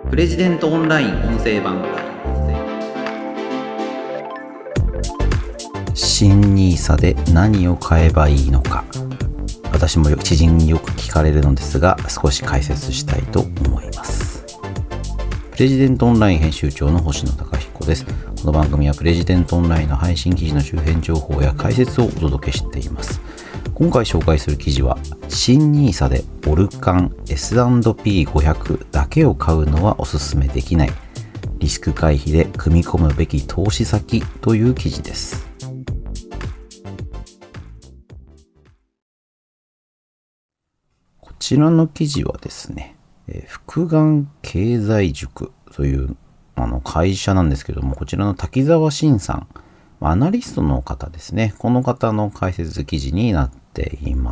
プレジデントオンライン音声版。新NISAで何を買えばいいのか、私も知人によく聞かれるのですが、少し解説したいと思います。プレジデントオンライン編集長の星野貴彦です。この番組はプレジデントオンラインの配信記事の周辺情報や解説をお届けしています。今回紹介する記事は、新NISAでオルカン S&P500 だけを買うのはおすすめできない、リスク回避で組み込むべき投資先という記事です。こちらの記事はですね、福眼経済塾という会社なんですけども、こちらの滝沢慎さん、アナリストの方ですね。この方の解説記事になっています。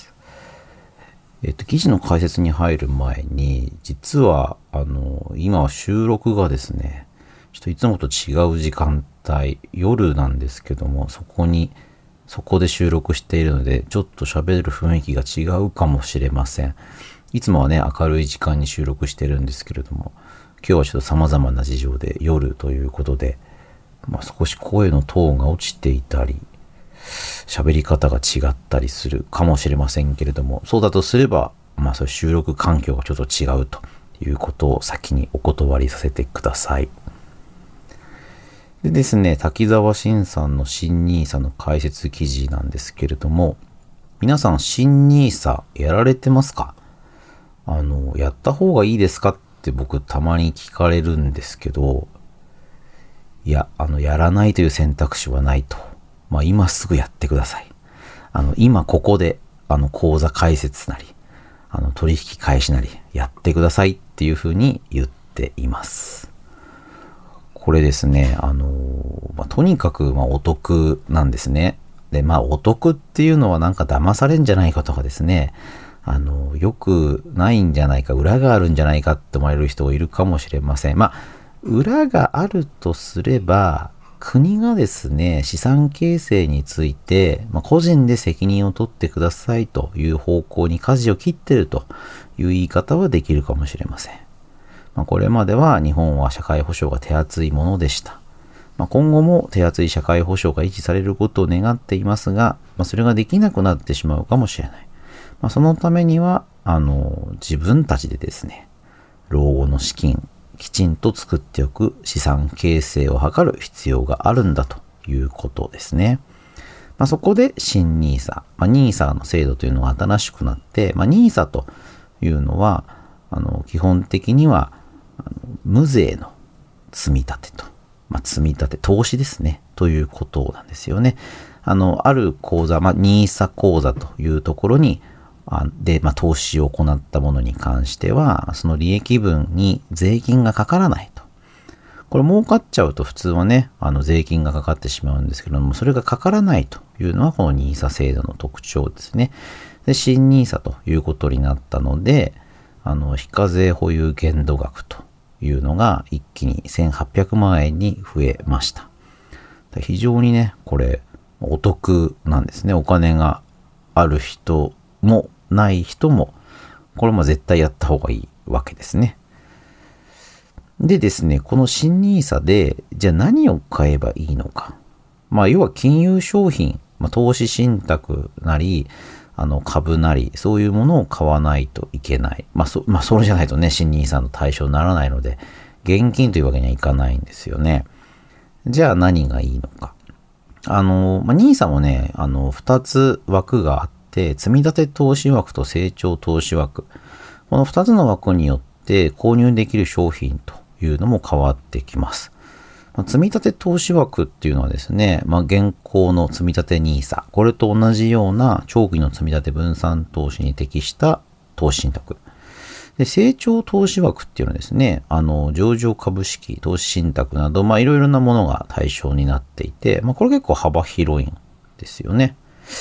記事の解説に入る前に、実は今収録がですね、ちょっといつもと違う時間帯、夜なんですけども、そこで収録しているので、ちょっと喋る雰囲気が違うかもしれません。いつもはね、明るい時間に収録してるんですけれども、今日はちょっと様々な事情で夜ということで、少し声のトーンが落ちていたり、喋り方が違ったりするかもしれませんけれども、そうだとすれば、そういう収録環境がちょっと違うということを先にお断りさせてください。でですね、滝沢慎さんの新NISAの解説記事なんですけれども、皆さん新NISAやられてますか？やった方がいいですかって僕たまに聞かれるんですけど、いや、やらないという選択肢はないと。今すぐやってください。今ここで、口座開設なり、取引開始なり、やってくださいっていうふうに言っています。これですね、とにかく、お得なんですね。で、お得っていうのはなんか騙されんじゃないかとかですね、よくないんじゃないか、裏があるんじゃないかって思われる人がいるかもしれません。裏があるとすれば、国がですね、資産形成について、個人で責任を取ってくださいという方向に舵を切っているという言い方はできるかもしれません。これまでは日本は社会保障が手厚いものでした。今後も手厚い社会保障が維持されることを願っていますが、それができなくなってしまうかもしれない。そのためには、自分たちでですね、老後の資金、きちんと作っておく資産形成を図る必要があるんだということですね。そこで新NISA、NISAの制度というのが新しくなって、NISAというのは基本的には無税の積み立てと、積み立て投資ですねということなんですよね。ある口座、NISA口座というところにで、投資を行ったものに関しては、その利益分に税金がかからないと。これ儲かっちゃうと普通はね、税金がかかってしまうんですけども、それがかからないというのはこのNISA制度の特徴ですね。で、新NISAということになったので、非課税保有限度額というのが一気に1800万円に増えました。非常にね、これお得なんですね。お金がある人もない人も、これも絶対やった方がいいわけですね。でですね、この新NISAで、じゃあ何を買えばいいのか。要は金融商品、投資信託なり、株なり、そういうものを買わないといけない。それじゃないとね、新NISAの対象にならないので、現金というわけにはいかないんですよね。じゃあ何がいいのか。NISAもね、2つ枠があって、積立投資枠と成長投資枠。この2つの枠によって購入できる商品というのも変わってきます。積立投資枠っていうのはですね、現行の積立NISA、これと同じような長期の積立分散投資に適した投資信託。で、成長投資枠っていうのはですね、上場株式、投資信託など、いろいろなものが対象になっていて、これ結構幅広いんですよね。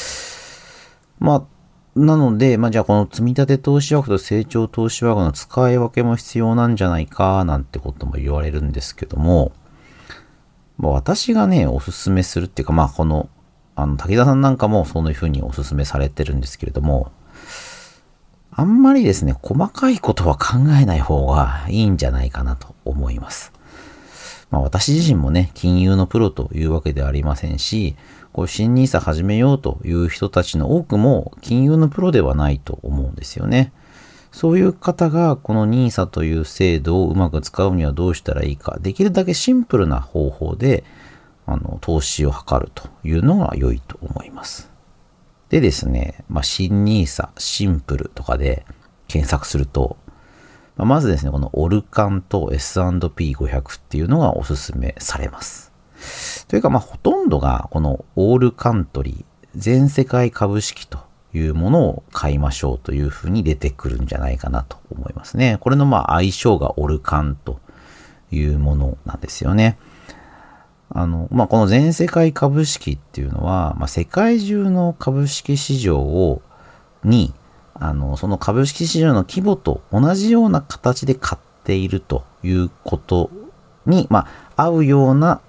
なので、じゃあこの積立投資枠と成長投資枠の使い分けも必要なんじゃないか、なんてことも言われるんですけども、私がね、おすすめするっていうか、この、滝沢さんなんかもそういうふうにおすすめされてるんですけれども、 あんまりですね、細かいことは考えない方がいいんじゃないかなと思います。私自身もね、金融のプロというわけではありませんし、新ニーサ始めようという人たちの多くも金融のプロではないと思うんですよね。そういう方がこのニーサという制度をうまく使うにはどうしたらいいか、できるだけシンプルな方法で投資を図るというのが良いと思います。でですね、新ニーサシンプルとかで検索すると、まずですね、このオルカンと S&P500 っていうのがおすすめされます。というか、ほとんどがこのオールカントリー、全世界株式というものを買いましょうというふうに出てくるんじゃないかなと思いますね。これの相性がオルカンというものなんですよね。この全世界株式っていうのは、世界中の株式市場にその株式市場の規模と同じような形で買っているということに、合うような、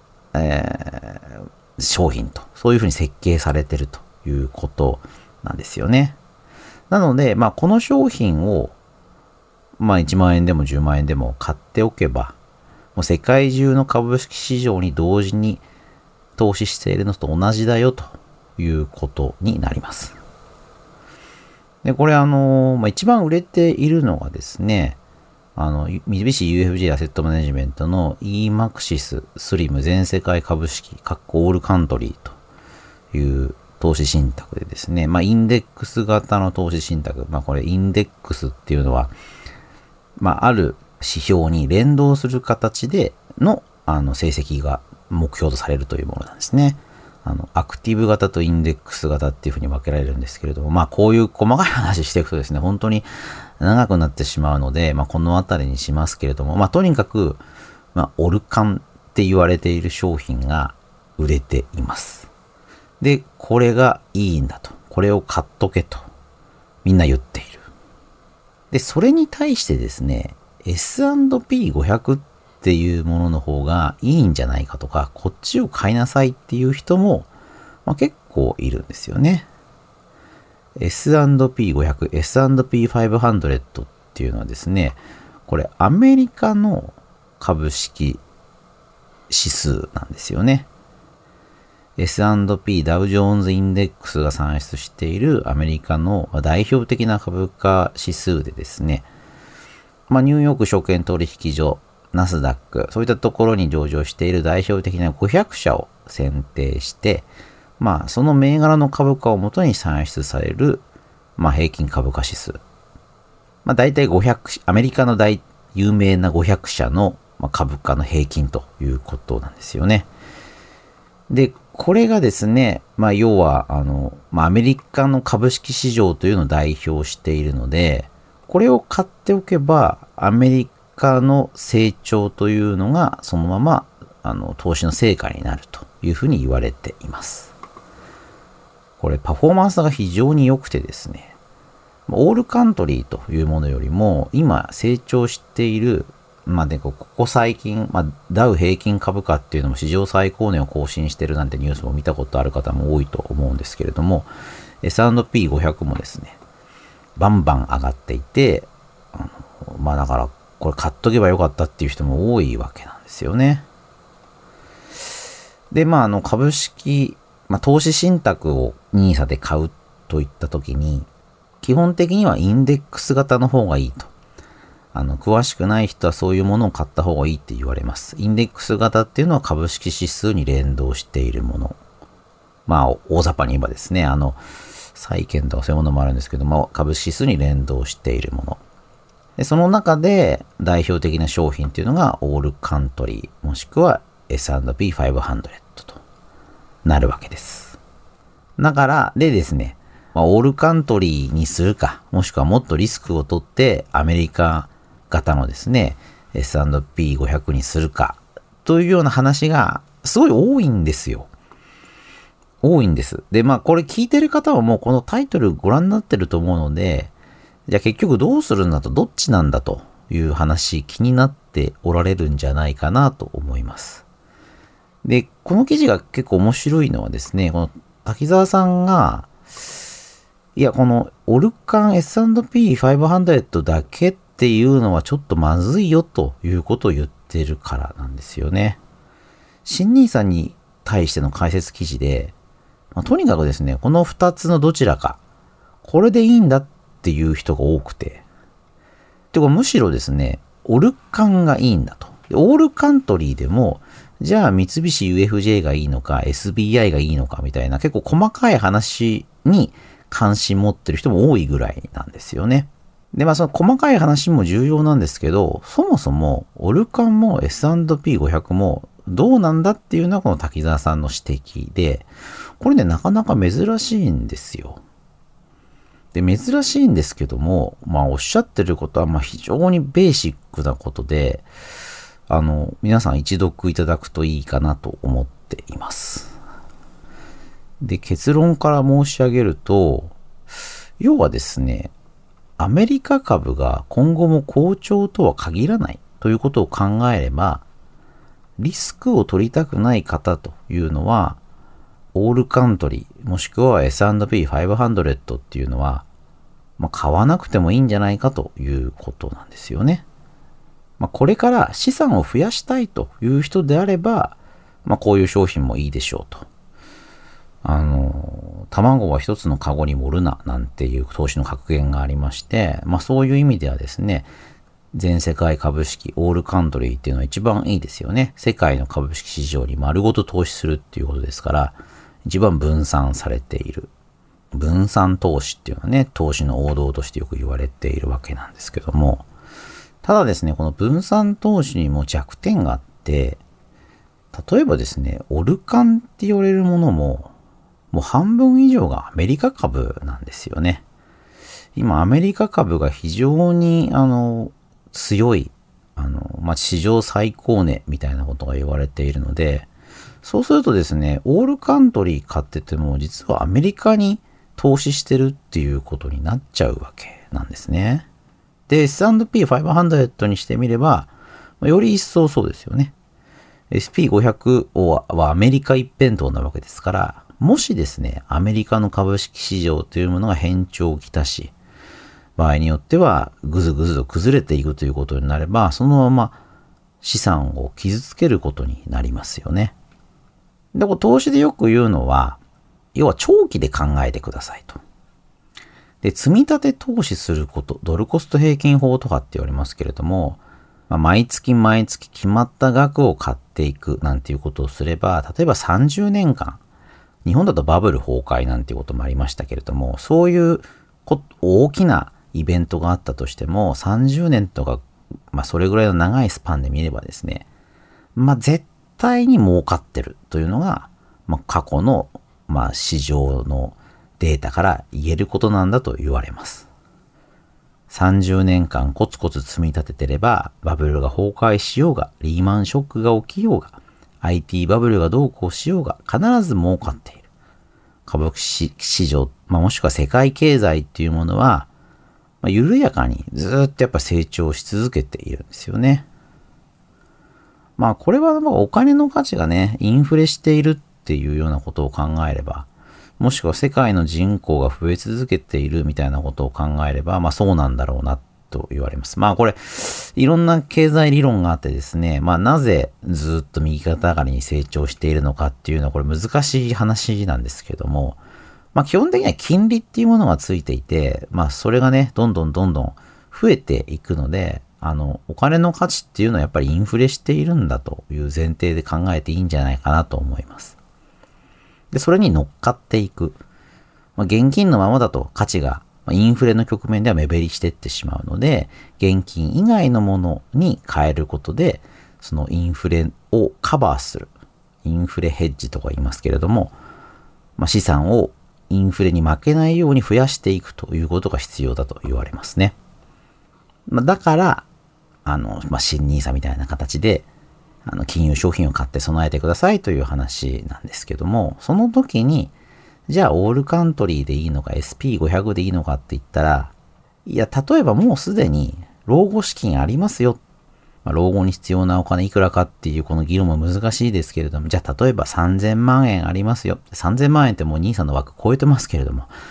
商品と、そういうふうに設計されているということなんですよね。なので、この商品を、1万円でも10万円でも買っておけば、もう世界中の株式市場に同時に投資しているのと同じだよということになります。で、これ一番売れているのがですね、三菱 UFJ アセットマネジメントの EMAXIS SLIM 全世界株式オールカントリーという投資信託でですね、インデックス型の投資信託、これインデックスっていうのは、ある指標に連動する形での、成績が目標とされるというものなんですね。アクティブ型とインデックス型っていうふうに分けられるんですけれども、こういう細かい話していくとですね、本当に長くなってしまうので、このあたりにしますけれども、とにかく、オルカンって言われている商品が売れています。で、これがいいんだと。これを買っとけと。みんな言っている。で、それに対してですね、S&P500 っていうものの方がいいんじゃないかとか、こっちを買いなさいっていう人も、結構いるんですよね。S&P500、S&P500 っていうのはですね、これアメリカの株式指数なんですよね。S&P ダウジョーンズインデックスが算出しているアメリカの代表的な株価指数でですね、ニューヨーク証券取引所、ナスダック、そういったところに上場している代表的な500社を選定して、その銘柄の株価をもとに算出される、平均株価指数。大体アメリカの有名な500社の株価の平均ということなんですよね。で、これがですね、要は、アメリカの株式市場というのを代表しているので、これを買っておけば、アメリカの成長というのが、そのまま、投資の成果になるというふうに言われています。これ、パフォーマンスが非常に良くてですね、オールカントリーというものよりも、今成長している、ここ最近、ダウ平均株価っていうのも史上最高値を更新してるなんてニュースも見たことある方も多いと思うんですけれども、S&P500 もですね、バンバン上がっていて、だから、これ買っとけばよかったっていう人も多いわけなんですよね。で、株式、投資信託をNISAで買うといったときに、基本的にはインデックス型の方がいいと。詳しくない人はそういうものを買った方がいいって言われます。インデックス型っていうのは株式指数に連動しているもの。大雑把に言えばですね、債券とかそういうものもあるんですけども、株式指数に連動しているもの。で、その中で代表的な商品っていうのがオールカントリー、もしくは S&P500 となるわけです。だから、でですね、オールカントリーにするか、もしくはもっとリスクを取ってアメリカ型のですね、S&P500 にするか、というような話がすごい多いんですよ。多いんです。で、これ聞いてる方はもうこのタイトルご覧になってると思うので、じゃあ結局どうするんだと、どっちなんだという話気になっておられるんじゃないかなと思います。で、この記事が結構面白いのはですね、この滝沢さんが、 いや、このオルカン S&P500 だけっていうのはちょっとまずいよということを言ってるからなんですよね。新ニーサに対しての解説記事で、とにかくですね、この2つのどちらか、これでいいんだっていう人が多くて。てかむしろですね、オルカンがいいんだと。オールカントリーでも、じゃあ三菱 UFJ がいいのか、SBI がいいのかみたいな結構細かい話に関心持ってる人も多いぐらいなんですよね。で、その細かい話も重要なんですけど、そもそもオルカンも S&P500 もどうなんだっていうのがこの滝沢さんの指摘で、これね、なかなか珍しいんですよ。で、珍しいんですけども、おっしゃってることは非常にベーシックなことで、皆さん一読いただくといいかなと思っています。で、結論から申し上げると、要はですね、アメリカ株が今後も好調とは限らないということを考えれば、リスクを取りたくない方というのは、オールカントリーもしくは S&P500 っていうのは、買わなくてもいいんじゃないかということなんですよね。これから資産を増やしたいという人であれば、こういう商品もいいでしょうと。卵は一つのカゴに盛るななんていう投資の格言がありまして、そういう意味ではですね、全世界株式、オールカントリーっていうのは一番いいですよね。世界の株式市場に丸ごと投資するっていうことですから、一番分散されている。分散投資っていうのはね、投資の王道としてよく言われているわけなんですけども、ただですね、この分散投資にも弱点があって、例えばですね、オルカンって言われるものも、もう半分以上がアメリカ株なんですよね。今、アメリカ株が非常に、強い、史上最高値みたいなことが言われているので、そうするとですね、オールカントリー買ってても、実はアメリカに投資してるっていうことになっちゃうわけなんですね。で、S&P500 にしてみれば、より一層そうですよね。SP500 はアメリカ一辺倒なわけですから、もしですね、アメリカの株式市場というものが変調をきたし、場合によってはぐずぐずと崩れていくということになれば、そのまま資産を傷つけることになりますよね。で、投資でよく言うのは、要は長期で考えてくださいと。で、積み立て投資すること、ドルコスト平均法とかって言われますけれども、毎月毎月決まった額を買っていくなんていうことをすれば、例えば30年間、日本だとバブル崩壊なんていうこともありましたけれども、そういう大きなイベントがあったとしても、30年とか、それぐらいの長いスパンで見ればですね、絶対に儲かってるというのが、過去の、市場のデータから言えることなんだと言われます。30年間コツコツ積み立ててれば、バブルが崩壊しようが、リーマンショックが起きようが、IT バブルがどうこうしようが、必ず儲かっている。株式市場、もしくは世界経済っていうものは、緩やかにずっとやっぱ成長し続けているんですよね。これはお金の価値がね、インフレしているっていうようなことを考えれば、もしくは世界の人口が増え続けているみたいなことを考えれば、そうなんだろうなと言われます。これ、いろんな経済理論があってですね、なぜずっと右肩上がりに成長しているのかっていうのは、これ難しい話なんですけども、基本的には金利っていうものがついていて、それがね、どんどん増えていくので、お金の価値っていうのはやっぱりインフレしているんだという前提で考えていいんじゃないかなと思います。で、それに乗っかっていく。現金のままだと価値がインフレの局面では目減りしていってしまうので、現金以外のものに変えることで、そのインフレをカバーする。インフレヘッジとか言いますけれども、資産をインフレに負けないように増やしていくということが必要だと言われますね。だから、新ニーサみたいな形で、金融商品を買って備えてくださいという話なんですけども、その時に、じゃあオールカントリーでいいのか SP500 でいいのかって言ったら、いや、例えばもうすでに老後資金ありますよ。老後に必要なお金いくらかっていうこの議論も難しいですけれども、じゃあ例えば3000万円ありますよ。3000万円ってもうニーサの枠超えてますけれども、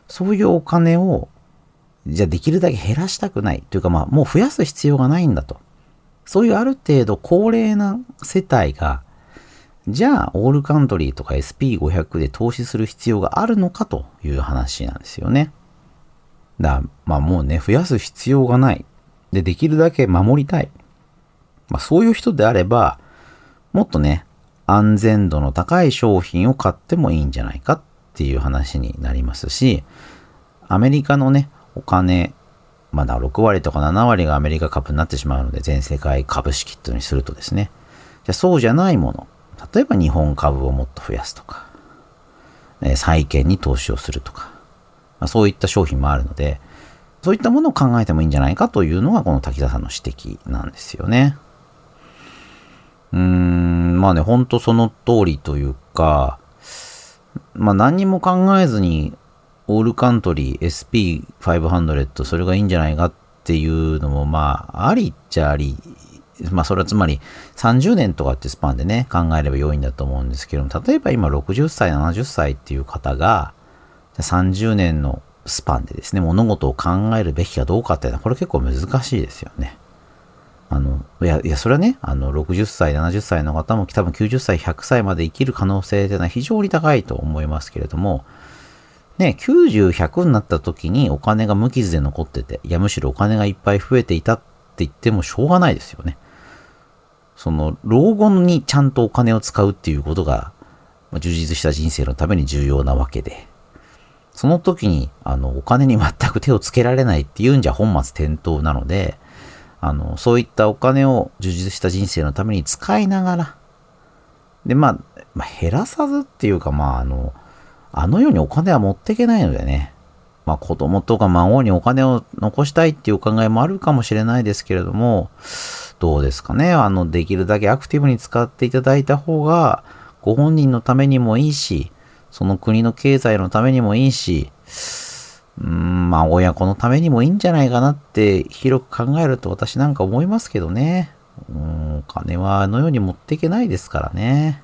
そういうお金を、じゃあできるだけ減らしたくないというか、もう増やす必要がないんだと。そういうある程度高齢な世帯が、じゃあオールカントリーとか SP500 で投資する必要があるのかという話なんですよね。もうね、増やす必要がない。で、できるだけ守りたい。そういう人であれば、もっとね、安全度の高い商品を買ってもいいんじゃないかっていう話になりますし、アメリカのね、お金、まだ6割とか7割がアメリカ株になってしまうので、全世界株式っていうのにするとですね、じゃあそうじゃないもの、例えば日本株をもっと増やすとか、債券に投資をするとか、そういった商品もあるので、そういったものを考えてもいいんじゃないかというのがこの滝沢さんの指摘なんですよね。本当その通りというか、何にも考えずにオールカントリー SP500 それがいいんじゃないかっていうのもありっちゃあり、それはつまり30年とかってスパンでね考えれば良いんだと思うんですけども、例えば今60歳70歳っていう方が30年のスパンでですね物事を考えるべきかどうかっていうのはこれ結構難しいですよね。それはね、60歳、70歳の方も多分90歳、100歳まで生きる可能性というのは非常に高いと思いますけれども、ね、90、100になった時にお金が無傷で残ってて、いやむしろお金がいっぱい増えていたって言ってもしょうがないですよね。その、老後にちゃんとお金を使うっていうことが、充実した人生のために重要なわけで、その時に、お金に全く手をつけられないっていうんじゃ本末転倒なので、そういったお金を充実した人生のために使いながら、で、減らさずっていうか、あの世にお金は持っていけないのでね、子供とか孫にお金を残したいっていうお考えもあるかもしれないですけれども、どうですかね、できるだけアクティブに使っていただいた方が、ご本人のためにもいいし、その国の経済のためにもいいし、親子のためにもいいんじゃないかなって広く考えると私なんか思いますけどね。お金はあの世に持っていけないですからね。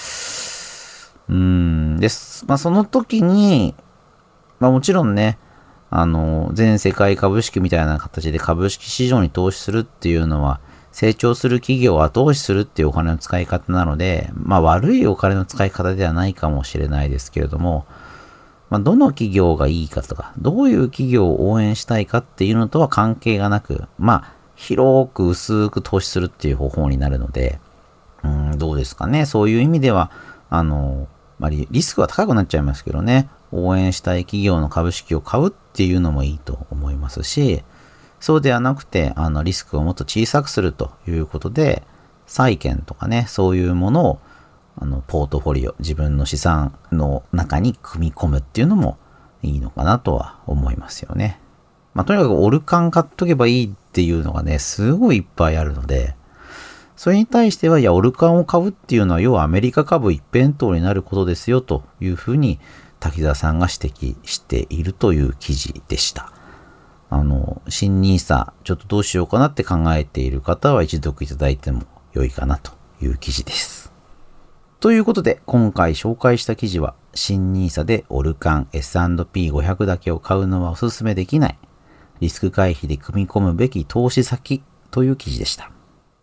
です。その時に、もちろんね、全世界株式みたいな形で株式市場に投資するっていうのは、成長する企業を後押しするっていうお金の使い方なので、悪いお金の使い方ではないかもしれないですけれども、どの企業がいいかとか、どういう企業を応援したいかっていうのとは関係がなく、広く薄く投資するっていう方法になるので、どうですかね。そういう意味では、リスクは高くなっちゃいますけどね、応援したい企業の株式を買うっていうのもいいと思いますし、そうではなくて、リスクをもっと小さくするということで、債券とかね、そういうものを、ポートフォリオ、自分の資産の中に組み込むっていうのもいいのかなとは思いますよね。とにかくオルカン買っとけばいいっていうのがね、すごいいっぱいあるので、それに対しては、オルカンを買うっていうのは、要はアメリカ株一辺倒になることですよというふうに、滝沢さんが指摘しているという記事でした。新NISA、ちょっとどうしようかなって考えている方は一読いただいても良いかなという記事です。ということで、今回紹介した記事は、新NISAでオルカン S&P500 だけを買うのはお勧めできない。リスク回避で組み込むべき投資先という記事でした。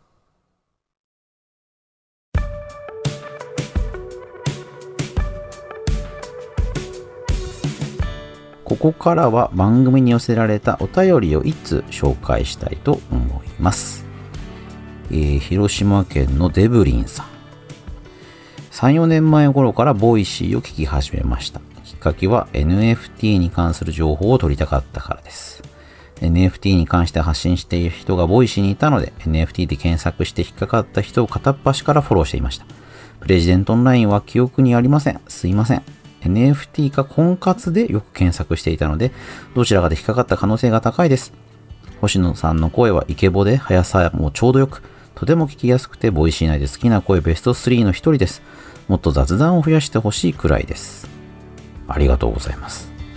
ここからは番組に寄せられたお便りを1通紹介したいと思います。広島県のデブリンさん。3、4年前頃からボイシーを聞き始めました。きっかけは NFT に関する情報を取りたかったからです。NFT に関して発信している人がボイシーにいたので、NFT で検索して引っかかった人を片っ端からフォローしていました。プレジデントオンラインは記憶にありません。すいません。NFT か婚活でよく検索していたので、どちらかで引っかかった可能性が高いです。星野さんの声はイケボで速さもちょうどよく、とても聞きやすくて、ボイシー内で好きな声ベスト3の一人です。もっと雑談を増やしてほしいくらいです。ありがとうございます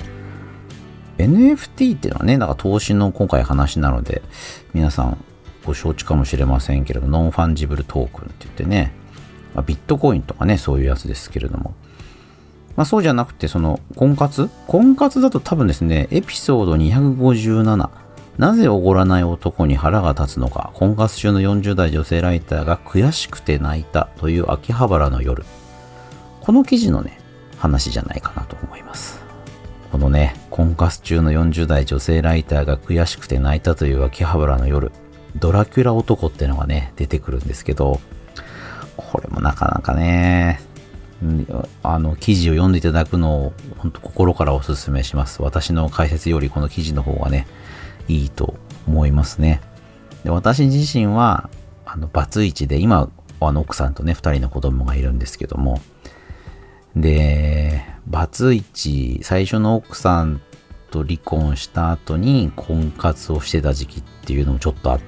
。NFT っていうのはね、投資の今回話なので、皆さんご承知かもしれませんけれど、ノンファンジブルトークンって言ってね、ビットコインとかね、そういうやつですけれども、 そうじゃなくて、婚活だと多分ですね、エピソード257、なぜおごらない男に腹が立つのか、婚活中の40代女性ライターが悔しくて泣いたという秋葉原の夜。この記事のね、話じゃないかなと思います。このね、婚活中の40代女性ライターが悔しくて泣いたという秋葉原の夜。ドラキュラ男ってのがね、出てくるんですけど、これもなかなかね、記事を読んでいただくのを本当心からお勧めします。私の解説よりこの記事の方がね、いいと思いますね。で、私自身は、バツイチで、今、奥さんとね、2人の子供がいるんですけども、で、バツイチ、最初の奥さんと離婚した後に婚活をしてた時期っていうのもちょっとあって、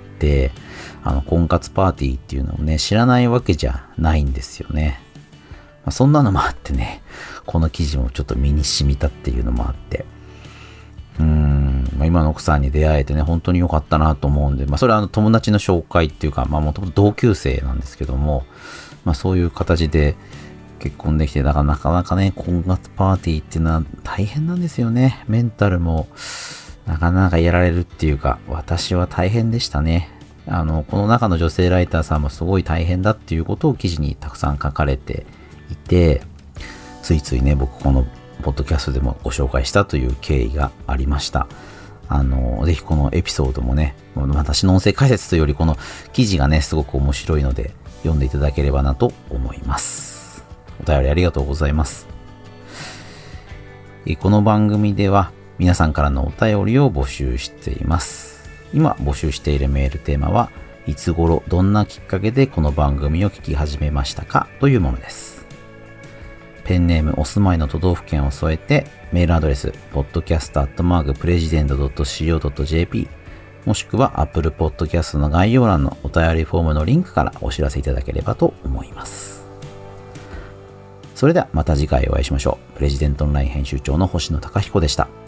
婚活パーティーっていうのをね、知らないわけじゃないんですよね。そんなのもあってね、この記事もちょっと身に染みたっていうのもあって、今の奥さんに出会えてね、本当に良かったなと思うんで、それは友達の紹介っていうか、もともと同級生なんですけども、そういう形で結婚できて、だからなかなかね、婚活パーティーっていうのは大変なんですよね。メンタルもなかなかやられるっていうか、私は大変でしたね。この中の女性ライターさんもすごい大変だっていうことを記事にたくさん書かれていて、ついついね、僕このポッドキャストでもご紹介したという経緯がありました。ぜひこのエピソードもね、私の音声解説というよりこの記事がね、すごく面白いので読んでいただければなと思います。お便りありがとうございます。この番組では皆さんからのお便りを募集しています。今募集しているメールテーマは、いつ頃どんなきっかけでこの番組を聞き始めましたかというものです。ペンネーム、お住まいの都道府県を添えて、メールアドレス、podcast@president.co.jp もしくは Apple Podcast の概要欄のお便りフォームのリンクからお知らせいただければと思います。それではまた次回お会いしましょう。プレジデントオンライン編集長の星野貴彦でした。